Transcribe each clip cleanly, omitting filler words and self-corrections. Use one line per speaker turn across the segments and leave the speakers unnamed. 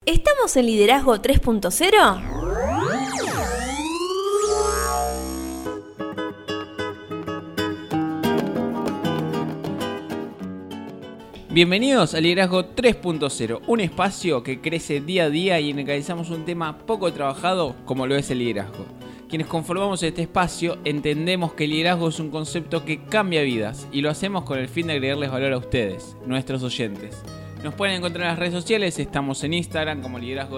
¿Estamos en Liderazgo 3.0?
Bienvenidos a Liderazgo 3.0, un espacio que crece día a día y en el que analizamos un tema poco trabajado como lo es el liderazgo. Quienes conformamos este espacio entendemos que el liderazgo es un concepto que cambia vidas y lo hacemos con el fin de agregarles valor a ustedes, nuestros oyentes. Nos pueden encontrar en las redes sociales, estamos en Instagram como Liderazgo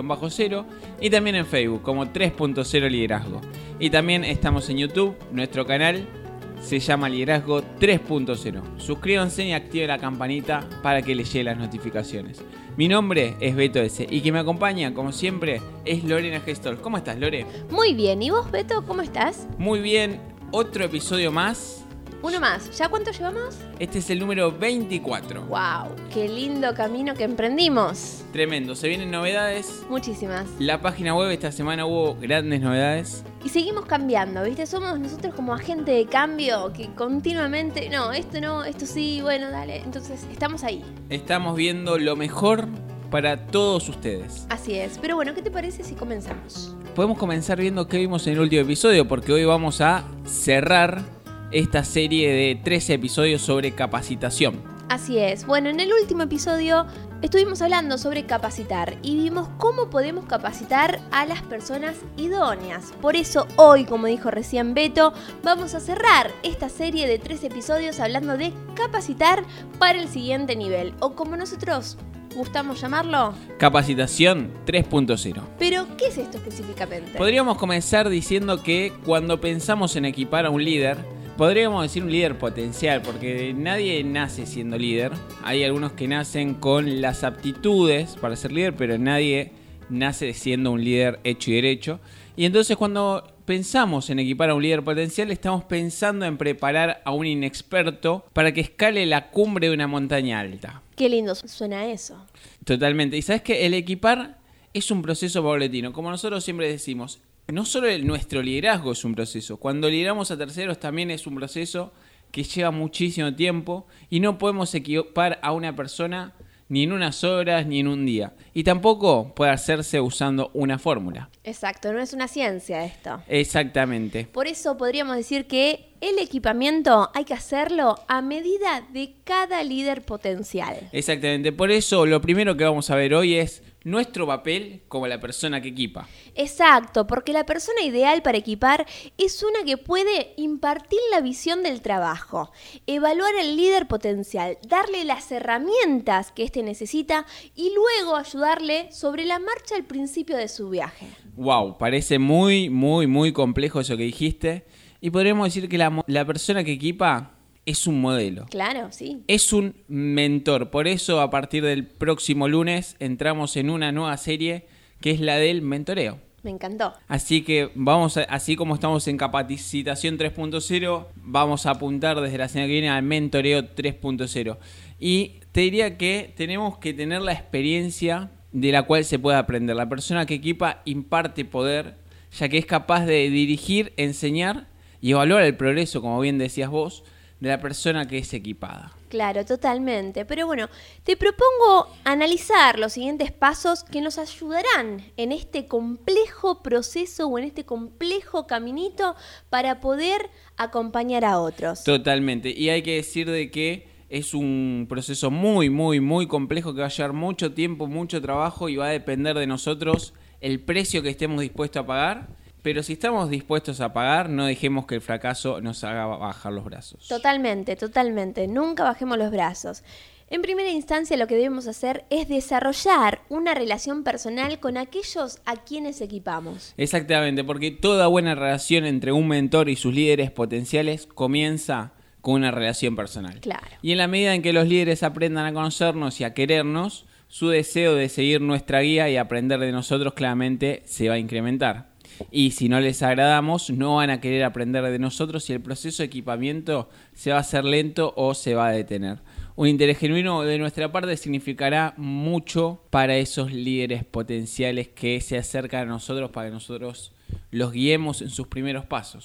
3-0 y también en Facebook como 3.0 Liderazgo. Y también estamos en YouTube, nuestro canal se llama Liderazgo 3.0. Suscríbanse y activen la campanita para que les lleguen las notificaciones. Mi nombre es Beto S. y quien me acompaña, como siempre, es Lorena Gestol. ¿Cómo estás, Lore?
Muy bien, ¿y vos, Beto, cómo estás?
Muy bien, otro episodio más.
Uno más, ¿ya cuánto llevamos?
Este es el número 24.
¡Wow! ¡Qué lindo camino que emprendimos!
Tremendo, se vienen novedades.
Muchísimas.
La página web esta semana hubo grandes novedades.
Y seguimos cambiando, ¿viste? Somos nosotros como agente de cambio que continuamente, no, esto sí, bueno, dale. Entonces, estamos ahí.
Estamos viendo lo mejor para todos ustedes.
Así es. Pero bueno, ¿qué te parece si comenzamos?
Podemos comenzar viendo qué vimos en el último episodio, porque hoy vamos a cerrar esta serie de 13 episodios sobre capacitación.
Así es. Bueno, en el último episodio estuvimos hablando sobre capacitar y vimos cómo podemos capacitar a las personas idóneas. Por eso hoy, como dijo recién Beto, vamos a cerrar esta serie de 3 episodios hablando de capacitar para el siguiente nivel, o como nosotros gustamos llamarlo,
Capacitación 3.0.
Pero, ¿qué es esto específicamente?
Podríamos comenzar diciendo que cuando pensamos en equipar a un líder, podríamos decir un líder potencial, porque nadie nace siendo líder. Hay algunos que nacen con las aptitudes para ser líder, pero nadie nace siendo un líder hecho y derecho. Y entonces cuando pensamos en equipar a un líder potencial, estamos pensando en preparar a un inexperto para que escale la cumbre de una montaña alta.
Qué lindo suena eso.
Totalmente. Y sabes que el equipar es un proceso paulatino, como nosotros siempre decimos. No solo nuestro liderazgo es un proceso, cuando lideramos a terceros también es un proceso que lleva muchísimo tiempo y no podemos equipar a una persona ni en unas horas ni en un día. Y tampoco puede hacerse usando una fórmula.
Exacto, no es una ciencia esto.
Exactamente.
Por eso podríamos decir que el equipamiento hay que hacerlo a medida de cada líder potencial.
Exactamente. Por eso lo primero que vamos a ver hoy es nuestro papel como la persona que equipa.
Exacto, porque la persona ideal para equipar es una que puede impartir la visión del trabajo, evaluar al líder potencial, darle las herramientas que éste necesita y luego ayudarle sobre la marcha al principio de su viaje.
Wow, parece muy complejo eso que dijiste. Y podríamos decir que la persona que equipa es un modelo.
Claro, sí.
Es un mentor. Por eso, a partir del próximo lunes, entramos en una nueva serie que es la del mentoreo.
Me encantó.
Así que así como estamos en Capacitación 3.0, vamos a apuntar desde la semana que viene al Mentoreo 3.0. Y te diría que tenemos que tener la experiencia de la cual se puede aprender. La persona que equipa imparte poder, ya que es capaz de dirigir, enseñar y evaluar el progreso, como bien decías vos, de la persona que es equipada.
Claro, totalmente. Pero bueno, te propongo analizar los siguientes pasos que nos ayudarán en este complejo proceso o en este complejo caminito para poder acompañar a otros.
Totalmente. Y hay que decir de que es un proceso muy complejo que va a llevar mucho tiempo, mucho trabajo y va a depender de nosotros el precio que estemos dispuestos a pagar. Pero si estamos dispuestos a pagar, no dejemos que el fracaso nos haga bajar los brazos.
Totalmente. Nunca bajemos los brazos. En primera instancia, lo que debemos hacer es desarrollar una relación personal con aquellos a quienes equipamos.
Exactamente, porque toda buena relación entre un mentor y sus líderes potenciales comienza con una relación personal.
Claro.
Y en la medida en que los líderes aprendan a conocernos y a querernos, su deseo de seguir nuestra guía y aprender de nosotros claramente se va a incrementar. Y si no les agradamos, no van a querer aprender de nosotros y el proceso de equipamiento se va a hacer lento o se va a detener. Un interés genuino de nuestra parte significará mucho para esos líderes potenciales que se acercan a nosotros para que nosotros los guiemos en sus primeros pasos.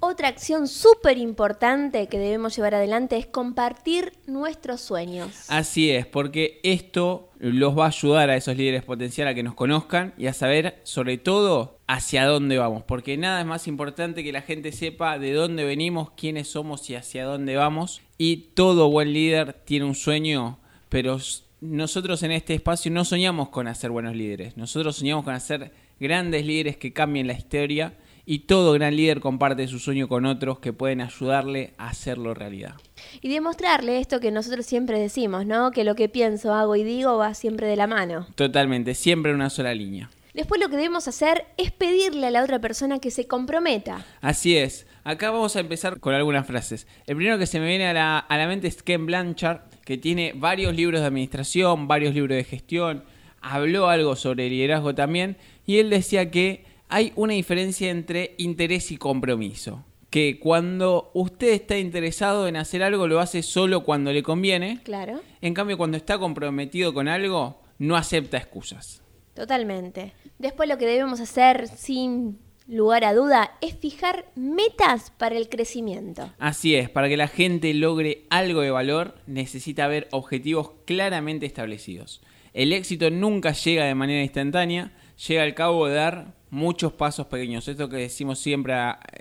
Otra acción súper importante que debemos llevar adelante es compartir nuestros sueños.
Así es, porque esto los va a ayudar a esos líderes potenciales a que nos conozcan y a saber, sobre todo, hacia dónde vamos. Porque nada es más importante que la gente sepa de dónde venimos, quiénes somos y hacia dónde vamos. Y todo buen líder tiene un sueño, pero nosotros en este espacio no soñamos con hacer buenos líderes. Nosotros soñamos con hacer grandes líderes que cambien la historia. Y todo gran líder comparte su sueño con otros que pueden ayudarle a hacerlo realidad.
Y demostrarle esto que nosotros siempre decimos, ¿no? Que lo que pienso, hago y digo va siempre de la mano.
Totalmente, siempre en una sola línea.
Después lo que debemos hacer es pedirle a la otra persona que se comprometa.
Así es. Acá vamos a empezar con algunas frases. El primero que se me viene a la mente es Ken Blanchard, que tiene varios libros de administración, varios libros de gestión. Habló algo sobre liderazgo también. Y él decía que hay una diferencia entre interés y compromiso. Que cuando usted está interesado en hacer algo, lo hace solo cuando le conviene.
Claro.
En cambio, cuando está comprometido con algo, no acepta excusas.
Totalmente. Después lo que debemos hacer, sin lugar a duda, es fijar metas para el crecimiento.
Así es, para que la gente logre algo de valor, necesita haber objetivos claramente establecidos. El éxito nunca llega de manera instantánea, llega al cabo de dar muchos pasos pequeños. Esto que decimos siempre,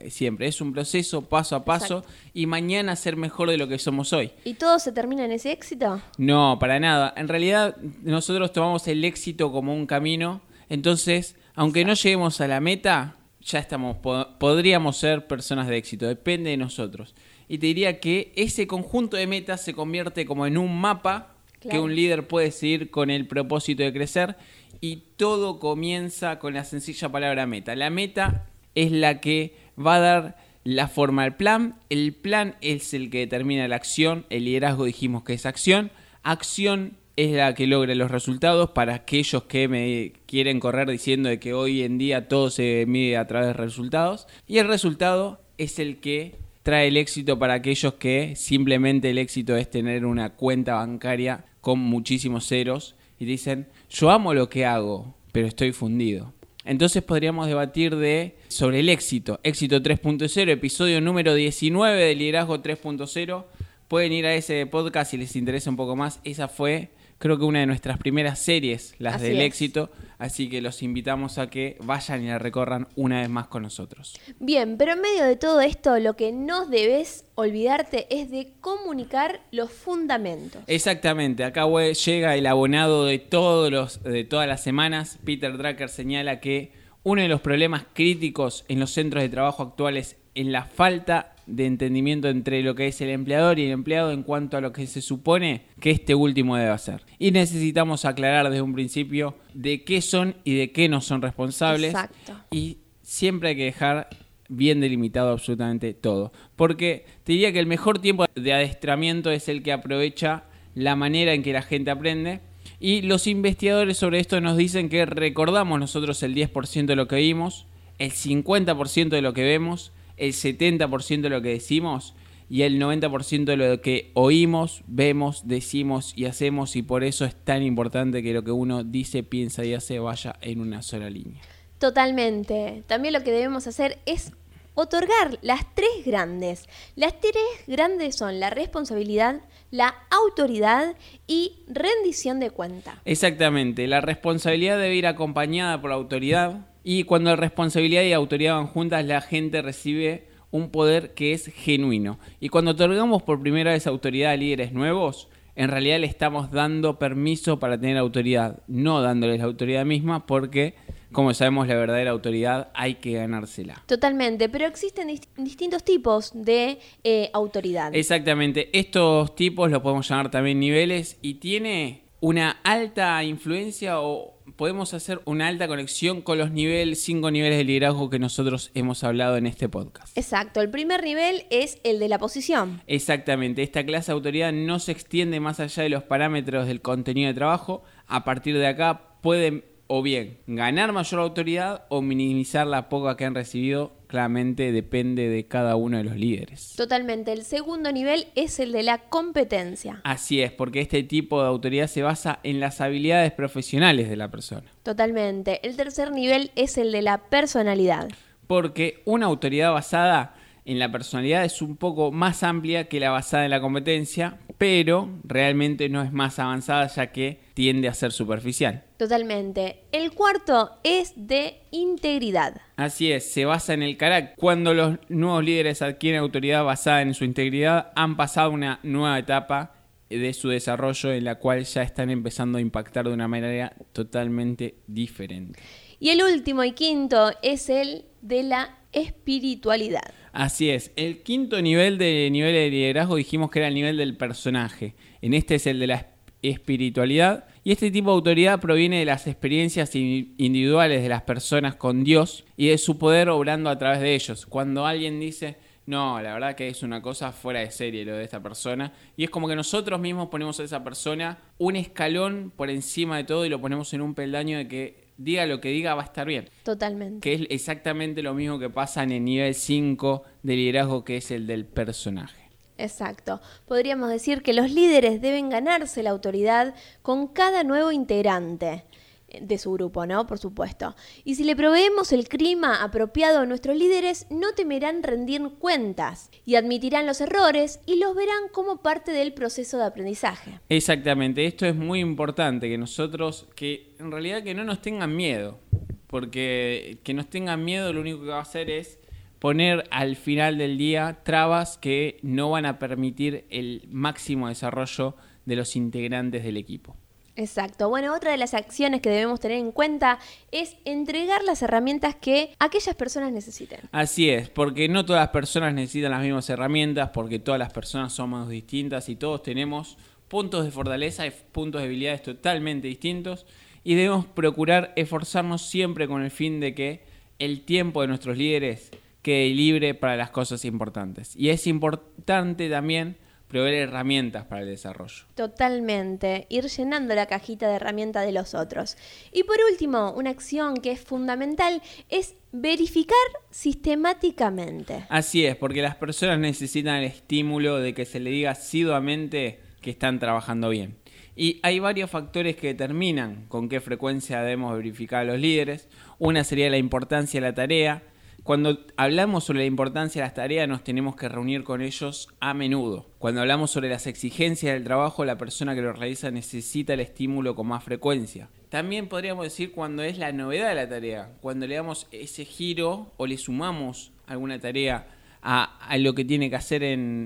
es un proceso paso a paso. Exacto. Y mañana ser mejor de lo que somos hoy.
¿Y todo se termina en ese éxito?
No, para nada. En realidad nosotros tomamos el éxito como un camino. Entonces, aunque no lleguemos a la meta, ya podríamos ser personas de éxito. Depende de nosotros. Y te diría que ese conjunto de metas se convierte como en un mapa. Claro. Que un líder puede seguir con el propósito de crecer. Y todo comienza con la sencilla palabra meta. La meta es la que va a dar la forma al plan. El plan es el que determina la acción. El liderazgo dijimos que es acción. Acción es la que logra los resultados para aquellos que me quieren correr diciendo de que hoy en día todo se mide a través de resultados. Y el resultado es el que trae el éxito para aquellos que simplemente el éxito es tener una cuenta bancaria con muchísimos ceros. Y dicen, yo amo lo que hago, pero estoy fundido. Entonces podríamos debatir sobre el éxito. Éxito 3.0, episodio número 19 de Liderazgo 3.0. Pueden ir a ese podcast si les interesa un poco más. Esa fue, creo que una de nuestras primeras series, las
Así
del
es.
éxito. Así que los invitamos a que vayan y la recorran una vez más con nosotros.
Bien, pero en medio de todo esto, lo que no debes olvidarte es de comunicar los fundamentos.
Exactamente, acá llega el abonado de todas las semanas. Peter Drucker señala que uno de los problemas críticos en los centros de trabajo actuales es la falta de entendimiento entre lo que es el empleador y el empleado en cuanto a lo que se supone que este último debe hacer. Y necesitamos aclarar desde un principio de qué son y de qué no son responsables.
Exacto.
Y siempre hay que dejar bien delimitado absolutamente todo. Porque te diría que el mejor tiempo de adiestramiento es el que aprovecha la manera en que la gente aprende. Y los investigadores sobre esto nos dicen que recordamos nosotros el 10% de lo que vimos, el 50% de lo que vemos, el 70% de lo que decimos y el 90% de lo que oímos, vemos, decimos y hacemos. Y por eso es tan importante que lo que uno dice, piensa y hace vaya en una sola línea.
Totalmente. También lo que debemos hacer es otorgar las tres grandes. Las tres grandes son la responsabilidad, la autoridad y rendición de cuenta.
Exactamente. La responsabilidad debe ir acompañada por la autoridad. Y cuando la responsabilidad y autoridad van juntas, la gente recibe un poder que es genuino. Y cuando otorgamos por primera vez autoridad a líderes nuevos, en realidad le estamos dando permiso para tener autoridad, no dándoles la autoridad misma, porque, como sabemos, la verdadera autoridad hay que ganársela.
Totalmente, pero existen distintos tipos de autoridad.
Exactamente, estos tipos los podemos llamar también niveles y tiene una alta influencia o podemos hacer una alta conexión con los 5 niveles de liderazgo que nosotros hemos hablado en este podcast.
Exacto, el primer nivel es el de la posición.
Exactamente, esta clase de autoridad no se extiende más allá de los parámetros del contenido de trabajo. A partir de acá pueden o bien ganar mayor autoridad o minimizar la poca que han recibido. Claramente depende de cada uno de los líderes.
Totalmente. El segundo nivel es el de la competencia.
Así es, porque este tipo de autoridad se basa en las habilidades profesionales de la persona. Totalmente.
El tercer nivel es el de la personalidad.
Porque una autoridad basada en la personalidad es un poco más amplia que la basada en la competencia, pero realmente no es más avanzada ya que tiende a ser superficial.
Totalmente. El cuarto es de integridad.
Así es, se basa en el carácter. Cuando los nuevos líderes adquieren autoridad basada en su integridad, han pasado una nueva etapa de su desarrollo en la cual ya están empezando a impactar de una manera totalmente diferente.
Y el último y quinto es el de la espiritualidad.
Así es, el quinto nivel de liderazgo dijimos que era el nivel del personaje. En este es el de la espiritualidad. Y este tipo de autoridad proviene de las experiencias individuales de las personas con Dios y de su poder obrando a través de ellos. Cuando alguien dice, no, la verdad que es una cosa fuera de serie lo de esta persona, y es como que nosotros mismos ponemos a esa persona un escalón por encima de todo y lo ponemos en un peldaño de que diga lo que diga va a estar bien.
Totalmente.
Que es exactamente lo mismo que pasa en el nivel 5 de liderazgo, que es el del personaje.
Exacto. Podríamos decir que los líderes deben ganarse la autoridad con cada nuevo integrante de su grupo, ¿no? Por supuesto. Y si le proveemos el clima apropiado a nuestros líderes, no temerán rendir cuentas y admitirán los errores y los verán como parte del proceso de aprendizaje.
Exactamente. Esto es muy importante, que nosotros, que en realidad que no nos tengan miedo, porque que nos tengan miedo lo único que va a hacer es poner al final del día trabas que no van a permitir el máximo desarrollo de los integrantes del equipo.
Exacto. Bueno, otra de las acciones que debemos tener en cuenta es entregar las herramientas que aquellas personas necesiten.
Así es, porque no todas las personas necesitan las mismas herramientas, porque todas las personas somos distintas y todos tenemos puntos de fortaleza y puntos de debilidades totalmente distintos, y debemos procurar esforzarnos siempre con el fin de que el tiempo de nuestros líderes quede libre para las cosas importantes. Y es importante también proveer herramientas para el desarrollo.
Totalmente, ir llenando la cajita de herramientas de los otros. Y por último, una acción que es fundamental es verificar sistemáticamente.
Así es, porque las personas necesitan el estímulo de que se le diga asiduamente que están trabajando bien. Y hay varios factores que determinan con qué frecuencia debemos verificar a los líderes. Una sería la importancia de la tarea. Cuando hablamos sobre la importancia de las tareas, nos tenemos que reunir con ellos a menudo. Cuando hablamos sobre las exigencias del trabajo, la persona que lo realiza necesita el estímulo con más frecuencia. También podríamos decir cuando es la novedad de la tarea, cuando le damos ese giro o le sumamos alguna tarea a lo que tiene que hacer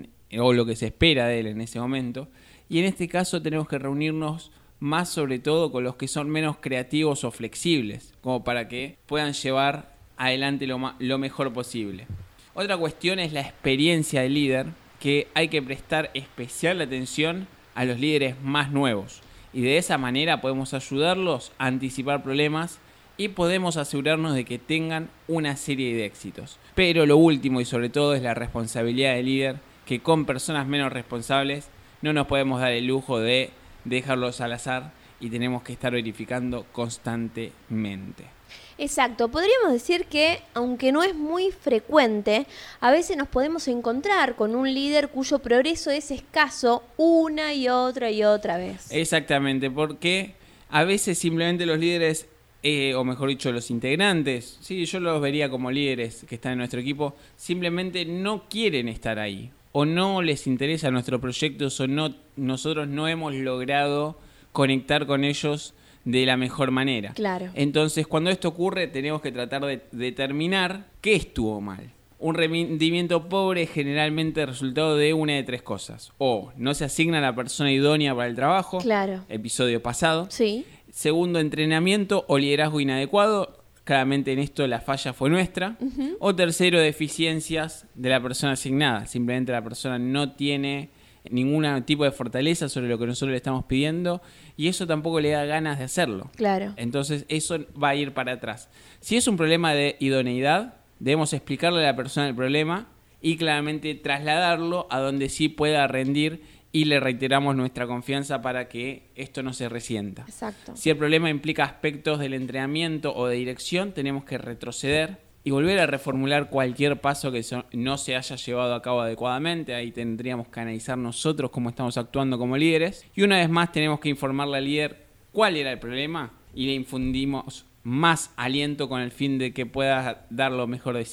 o lo que se espera de él en ese momento. Y en este caso tenemos que reunirnos más sobre todo con los que son menos creativos o flexibles, como para que puedan llevar adelante lo mejor posible. Otra cuestión es la experiencia del líder, que hay que prestar especial atención a los líderes más nuevos y de esa manera podemos ayudarlos a anticipar problemas y podemos asegurarnos de que tengan una serie de éxitos. Pero lo último y sobre todo es la responsabilidad del líder, que con personas menos responsables no nos podemos dar el lujo de dejarlos al azar y tenemos que estar verificando constantemente.
Exacto, podríamos decir que, aunque no es muy frecuente, a veces nos podemos encontrar con un líder cuyo progreso es escaso una y otra vez.
Exactamente, porque a veces simplemente los líderes, o mejor dicho los integrantes, sí, yo los vería como líderes que están en nuestro equipo, simplemente no quieren estar ahí, o no les interesa nuestros proyectos, o nosotros no hemos logrado conectar con ellos de la mejor manera.
Claro.
Entonces, cuando esto ocurre, tenemos que tratar de determinar qué estuvo mal. Un rendimiento pobre es generalmente resultado de una de tres cosas. O no se asigna a la persona idónea para el trabajo.
Claro.
Episodio pasado.
Sí.
Segundo, entrenamiento o liderazgo inadecuado. Claramente en esto la falla fue nuestra. Uh-huh. O tercero, deficiencias de la persona asignada. Simplemente la persona no tiene ningún tipo de fortaleza sobre lo que nosotros le estamos pidiendo y eso tampoco le da ganas de hacerlo.
Claro.
Entonces eso va a ir para atrás. Si es un problema de idoneidad, debemos explicarle a la persona el problema y claramente trasladarlo a donde sí pueda rendir y le reiteramos nuestra confianza para que esto no se resienta.
Exacto.
Si el problema implica aspectos del entrenamiento o de dirección, tenemos que retroceder y volver a reformular cualquier paso que no se haya llevado a cabo adecuadamente. Ahí tendríamos que analizar nosotros cómo estamos actuando como líderes. Y una vez más tenemos que informarle al líder cuál era el problema y le infundimos más aliento con el fin de que pueda dar lo mejor de sí.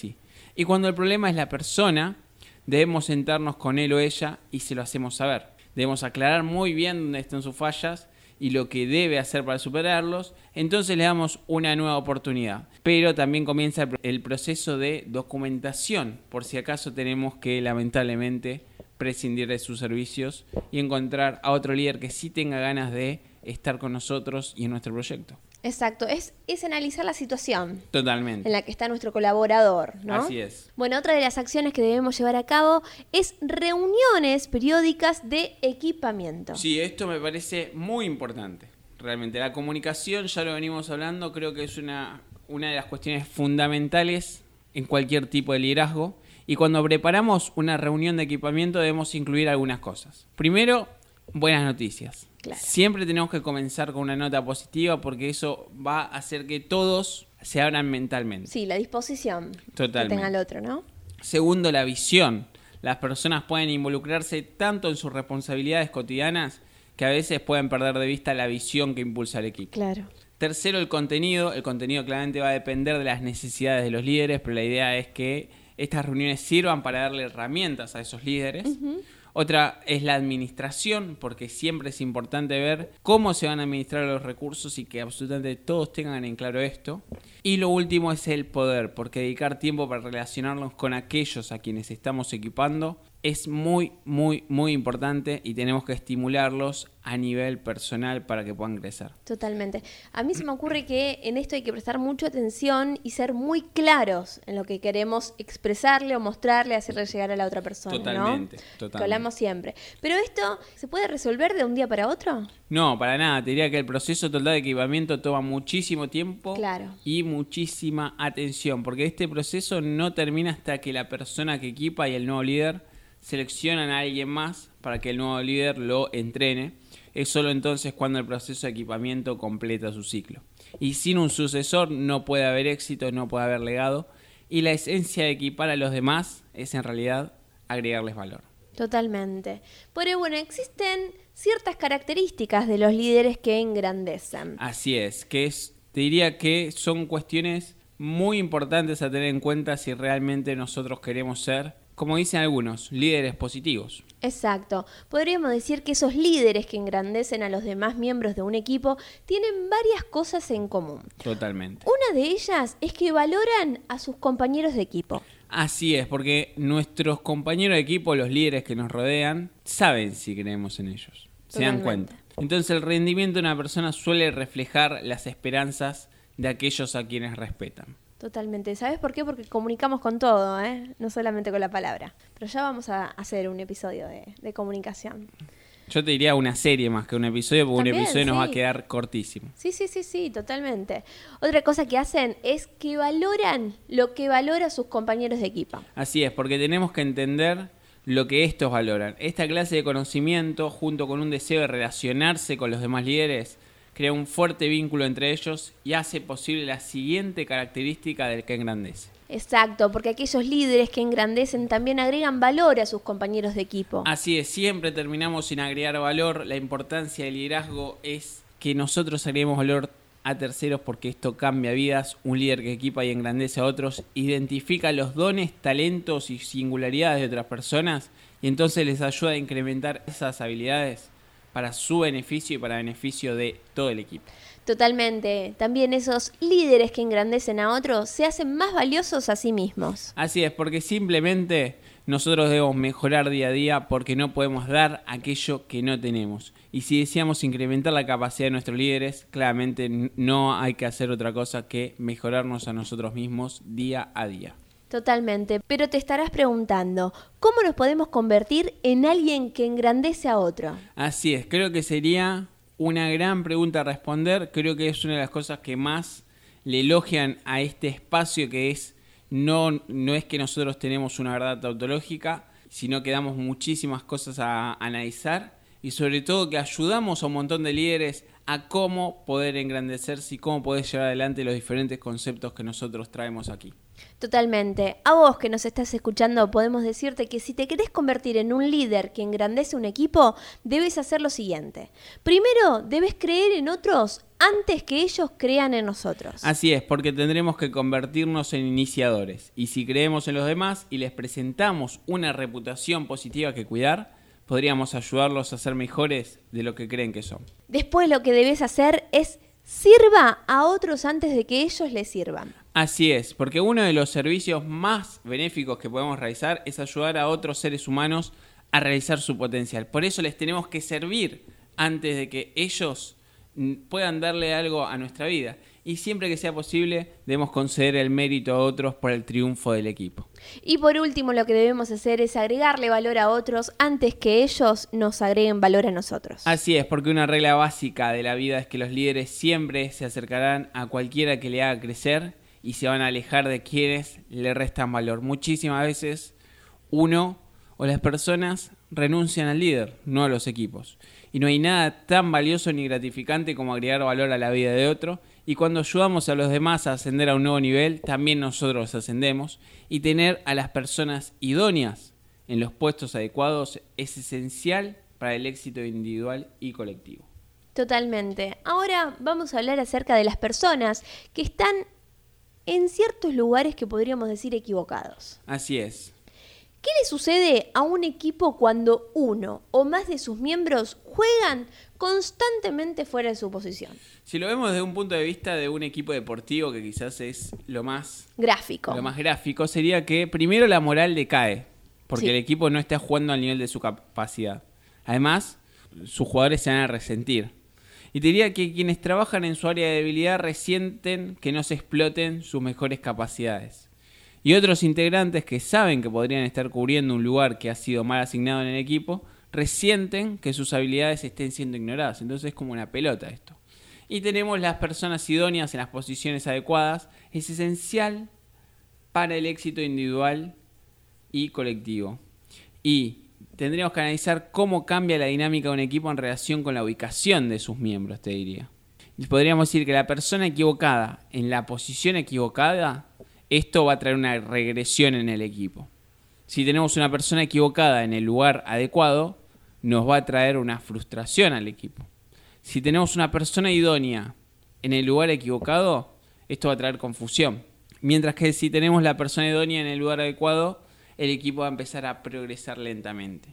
Y cuando el problema es la persona, debemos sentarnos con él o ella y se lo hacemos saber. Debemos aclarar muy bien dónde están sus fallas y lo que debe hacer para superarlos. Entonces le damos una nueva oportunidad. Pero también comienza el proceso de documentación, por si acaso tenemos que lamentablemente prescindir de sus servicios y encontrar a otro líder que sí tenga ganas de estar con nosotros y en nuestro proyecto.
Exacto, es analizar la situación
Totalmente.
en la que está nuestro colaborador, ¿no?
Así es.
Bueno, otra de las acciones que debemos llevar a cabo es reuniones periódicas de equipamiento.
Sí, esto me parece muy importante. Realmente, la comunicación, ya lo venimos hablando, creo que es una de las cuestiones fundamentales en cualquier tipo de liderazgo. Y cuando preparamos una reunión de equipamiento debemos incluir algunas cosas. Primero, buenas noticias.
Claro.
Siempre tenemos que comenzar con una nota positiva porque eso va a hacer que todos se abran mentalmente.
Sí, la disposición
Totalmente.
que tenga el otro, ¿no?
Segundo, la visión. Las personas pueden involucrarse tanto en sus responsabilidades cotidianas que a veces pueden perder de vista la visión que impulsa al equipo.
Claro.
Tercero, el contenido. El contenido claramente va a depender de las necesidades de los líderes, pero la idea es que estas reuniones sirvan para darle herramientas a esos líderes. Uh-huh. Otra es la administración, porque siempre es importante ver cómo se van a administrar los recursos y que absolutamente todos tengan en claro esto. Y lo último es el poder, porque dedicar tiempo para relacionarnos con aquellos a quienes estamos equipando es muy, muy, muy importante y tenemos que estimularlos a nivel personal para que puedan crecer.
Totalmente. A mí se me ocurre que en esto hay que prestar mucha atención y ser muy claros en lo que queremos expresarle o mostrarle, hacerle llegar a la otra persona,
Totalmente,
¿no?
totalmente.
Que hablamos siempre. Pero esto, ¿se puede resolver de un día para otro?
No, para nada. Te diría que el proceso total de equipamiento toma muchísimo tiempo.
Claro.
Y muchísima atención, porque este proceso no termina hasta que la persona que equipa y el nuevo líder seleccionan a alguien más para que el nuevo líder lo entrene. Es solo entonces cuando el proceso de equipamiento completa su ciclo. Y sin un sucesor no puede haber éxito, no puede haber legado. Y la esencia de equipar a los demás es en realidad agregarles valor.
Totalmente. Pero bueno, existen ciertas características de los líderes que engrandecen.
Así es, te diría que son cuestiones muy importantes a tener en cuenta si realmente nosotros queremos ser, como dicen algunos, líderes positivos.
Exacto. Podríamos decir que esos líderes que engrandecen a los demás miembros de un equipo tienen varias cosas en común.
Totalmente.
Una de ellas es que valoran a sus compañeros de equipo.
Así es, porque nuestros compañeros de equipo, los líderes que nos rodean, saben si creemos en ellos. Se dan cuenta. Entonces el rendimiento de una persona suele reflejar las esperanzas de aquellos a quienes respetan.
Totalmente. ¿Sabes por qué? Porque comunicamos con todo, ¿eh? No solamente con la palabra. Pero ya vamos a hacer un episodio de comunicación.
Yo te diría una serie más que un episodio, porque
también,
un episodio nos va a
sí.
quedar cortísimo.
Sí, totalmente. Otra cosa que hacen es que valoran lo que valora sus compañeros de equipo.
Así es, porque tenemos que entender lo que estos valoran. Esta clase de conocimiento, junto con un deseo de relacionarse con los demás líderes, crea un fuerte vínculo entre ellos y hace posible la siguiente característica del que engrandece.
Exacto, porque aquellos líderes que engrandecen también agregan valor a sus compañeros de equipo.
Así es, siempre terminamos sin agregar valor. La importancia del liderazgo es que nosotros agreguemos valor a terceros porque esto cambia vidas. Un líder que equipa y engrandece a otros identifica los dones, talentos y singularidades de otras personas y entonces les ayuda a incrementar esas habilidades para su beneficio y para beneficio de todo el equipo.
Totalmente. También esos líderes que engrandecen a otros se hacen más valiosos a sí mismos.
Así es, porque simplemente nosotros debemos mejorar día a día porque no podemos dar aquello que no tenemos. Y si deseamos incrementar la capacidad de nuestros líderes, claramente no hay que hacer otra cosa que mejorarnos a nosotros mismos día a día.
Totalmente, pero te estarás preguntando, ¿cómo nos podemos convertir en alguien que engrandece a otro?
Así es, creo que sería una gran pregunta a responder. Creo que es una de las cosas que más le elogian a este espacio, que es no es que nosotros tenemos una verdad tautológica, sino que damos muchísimas cosas a analizar y sobre todo que ayudamos a un montón de líderes a cómo poder engrandecerse y cómo poder llevar adelante los diferentes conceptos que nosotros traemos aquí.
Totalmente. A vos que nos estás escuchando podemos decirte que si te querés convertir en un líder que engrandece un equipo, debes hacer lo siguiente. Primero, debes creer en otros antes que ellos crean en nosotros.
Así es, porque tendremos que convertirnos en iniciadores. Y si creemos en los demás y les presentamos una reputación positiva que cuidar, podríamos ayudarlos a ser mejores de lo que creen que son.
Después lo que debes hacer es sirva a otros antes de que ellos les sirvan.
Así es, porque uno de los servicios más benéficos que podemos realizar es ayudar a otros seres humanos a realizar su potencial. Por eso les tenemos que servir antes de que ellos puedan darle algo a nuestra vida. Y siempre que sea posible, debemos conceder el mérito a otros por el triunfo del equipo.
Y por último, lo que debemos hacer es agregarle valor a otros antes que ellos nos agreguen valor a nosotros.
Así es, porque una regla básica de la vida es que los líderes siempre se acercarán a cualquiera que le haga crecer y se van a alejar de quienes le restan valor. Muchísimas veces uno o las personas renuncian al líder, no a los equipos. Y no hay nada tan valioso ni gratificante como agregar valor a la vida de otro. Y cuando ayudamos a los demás a ascender a un nuevo nivel, también nosotros ascendemos. Y tener a las personas idóneas en los puestos adecuados es esencial para el éxito individual y colectivo.
Totalmente. Ahora vamos a hablar acerca de las personas que están en ciertos lugares que podríamos decir equivocados.
Así es.
¿Qué le sucede a un equipo cuando uno o más de sus miembros juegan constantemente fuera de su posición?
Si lo vemos desde un punto de vista de un equipo deportivo, que quizás es lo más
gráfico,
sería que primero la moral decae, porque
sí,
el equipo no está jugando al nivel de su capacidad. Además, sus jugadores se van a resentir. Y te diría que quienes trabajan en su área de debilidad resienten que no se exploten sus mejores capacidades. Y otros integrantes que saben que podrían estar cubriendo un lugar que ha sido mal asignado en el equipo, resienten que sus habilidades estén siendo ignoradas. Entonces es como una pelota esto. Y tenemos las personas idóneas en las posiciones adecuadas. Es esencial para el éxito individual y colectivo. Y tendríamos que analizar cómo cambia la dinámica de un equipo en relación con la ubicación de sus miembros, te diría. Y podríamos decir que la persona equivocada en la posición equivocada, esto va a traer una regresión en el equipo. Si tenemos una persona equivocada en el lugar adecuado, nos va a traer una frustración al equipo. Si tenemos una persona idónea en el lugar equivocado, esto va a traer confusión. Mientras que si tenemos la persona idónea en el lugar adecuado, el equipo va a empezar a progresar lentamente.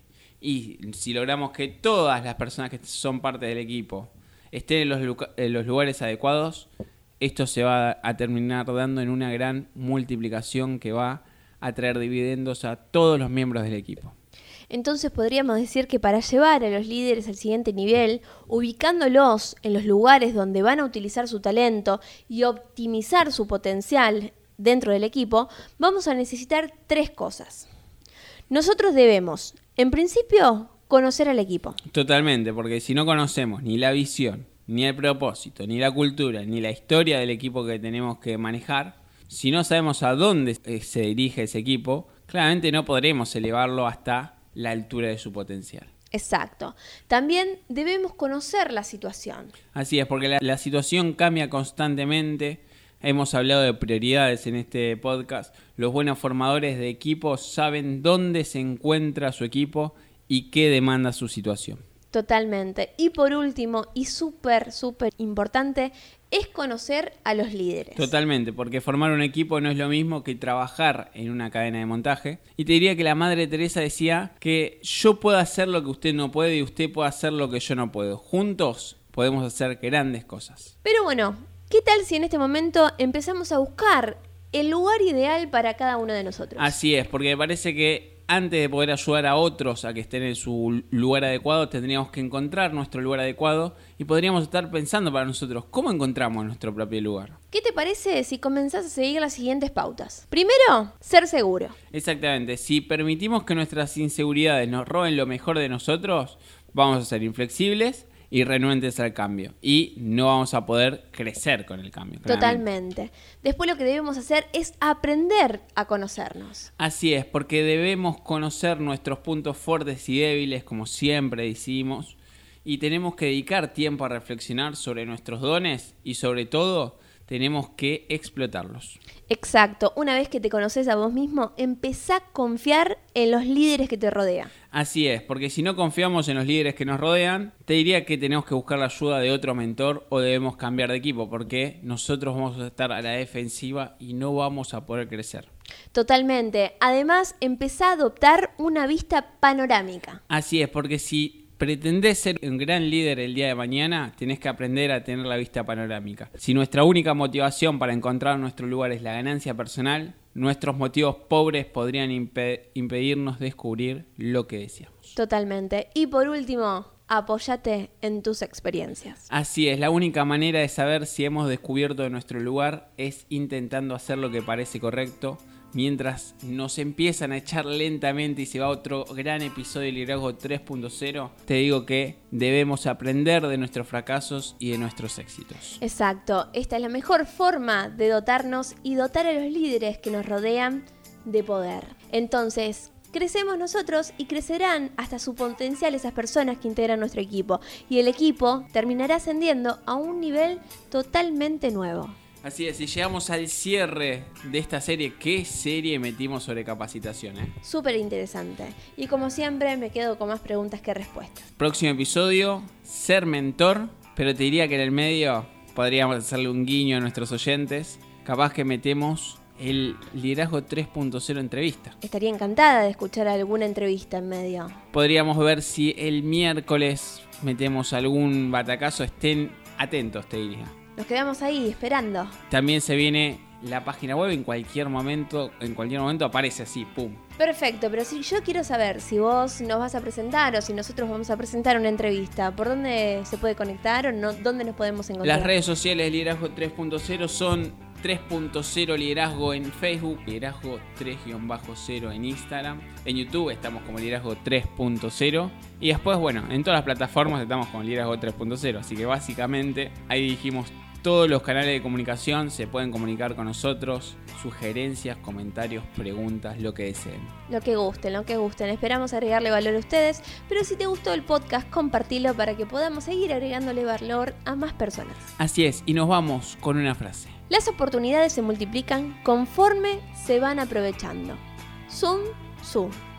Y si logramos que todas las personas que son parte del equipo estén en los lugares adecuados, esto se va a terminar dando en una gran multiplicación que va a traer dividendos a todos los miembros del equipo.
Entonces podríamos decir que para llevar a los líderes al siguiente nivel, ubicándolos en los lugares donde van a utilizar su talento y optimizar su potencial dentro del equipo, vamos a necesitar 3 cosas. Nosotros debemos, en principio, conocer al equipo.
Totalmente, porque si no conocemos ni la visión, ni el propósito, ni la cultura, ni la historia del equipo que tenemos que manejar, si no sabemos a dónde se dirige ese equipo, claramente no podremos elevarlo hasta la altura de su potencial.
Exacto. También debemos conocer la situación.
Así es, porque la situación cambia constantemente. Hemos hablado de prioridades en este podcast. Los buenos formadores de equipos saben dónde se encuentra su equipo y qué demanda su situación.
Totalmente. Y por último, y súper importante, es conocer a los líderes.
Totalmente, porque formar un equipo no es lo mismo que trabajar en una cadena de montaje. Y te diría que la Madre Teresa decía que yo puedo hacer lo que usted no puede y usted puede hacer lo que yo no puedo. Juntos podemos hacer grandes cosas.
Pero bueno, ¿qué tal si en este momento empezamos a buscar el lugar ideal para cada uno de nosotros?
Así es, porque me parece que antes de poder ayudar a otros a que estén en su lugar adecuado, tendríamos que encontrar nuestro lugar adecuado y podríamos estar pensando para nosotros, ¿cómo encontramos nuestro propio lugar?
¿Qué te parece si comenzás a seguir las siguientes pautas? Primero, ser seguro.
Exactamente, si permitimos que nuestras inseguridades nos roben lo mejor de nosotros, vamos a ser inflexibles y renuentes al cambio. Y no vamos a poder crecer con el cambio.
Totalmente. Después lo que debemos hacer es aprender a conocernos.
Así es, porque debemos conocer nuestros puntos fuertes y débiles, como siempre decimos, y tenemos que dedicar tiempo a reflexionar sobre nuestros dones y sobre todo tenemos que explotarlos.
Exacto, una vez que te conoces a vos mismo, empezá a confiar en los líderes que te rodean.
Así es, porque si no confiamos en los líderes que nos rodean, te diría que tenemos que buscar la ayuda de otro mentor o debemos cambiar de equipo, porque nosotros vamos a estar a la defensiva y no vamos a poder crecer.
Totalmente. Además, empezá a adoptar una vista panorámica.
Así es, porque si pretendés ser un gran líder el día de mañana, tenés que aprender a tener la vista panorámica. Si nuestra única motivación para encontrar nuestro lugar es la ganancia personal, nuestros motivos pobres podrían impedirnos descubrir lo que deseamos.
Totalmente. Y por último, apóyate en tus experiencias.
Así es, la única manera de saber si hemos descubierto nuestro lugar es intentando hacer lo que parece correcto, mientras nos empiezan a echar lentamente y se va otro gran episodio de Liderazgo 3.0, te digo que debemos aprender de nuestros fracasos y de nuestros éxitos.
Exacto, esta es la mejor forma de dotarnos y dotar a los líderes que nos rodean de poder. Entonces, crecemos nosotros y crecerán hasta su potencial esas personas que integran nuestro equipo. Y el equipo terminará ascendiendo a un nivel totalmente nuevo.
Así es, y llegamos al cierre de esta serie. ¿Qué serie metimos sobre capacitación?
Súper interesante. Y como siempre me quedo con más preguntas que respuestas.
Próximo episodio, ser mentor, pero te diría que en el medio podríamos hacerle un guiño a nuestros oyentes. Capaz que metemos el Liderazgo 3.0 entrevista.
Estaría encantada de escuchar alguna entrevista en medio.
Podríamos ver si el miércoles metemos algún batacazo. Estén atentos, te diría.
Nos quedamos ahí esperando.
También se viene la página web en cualquier momento aparece así, pum.
Perfecto, pero si yo quiero saber si vos nos vas a presentar o si nosotros vamos a presentar una entrevista, ¿por dónde se puede conectar o no, dónde nos podemos encontrar?
Las redes sociales de Liderazgo 3.0 son 3.0 Liderazgo en Facebook, Liderazgo 3-0 en Instagram, en YouTube estamos como Liderazgo 3.0 y después, bueno, en todas las plataformas estamos con Liderazgo 3.0, así que básicamente ahí dijimos todos los canales de comunicación, se pueden comunicar con nosotros, sugerencias, comentarios, preguntas, lo que deseen.
Lo que gusten. Esperamos agregarle valor a ustedes, pero si te gustó el podcast, compartilo para que podamos seguir agregándole valor a más personas.
Así es, y nos vamos con una frase.
Las oportunidades se multiplican conforme se van aprovechando. Sun Tzu.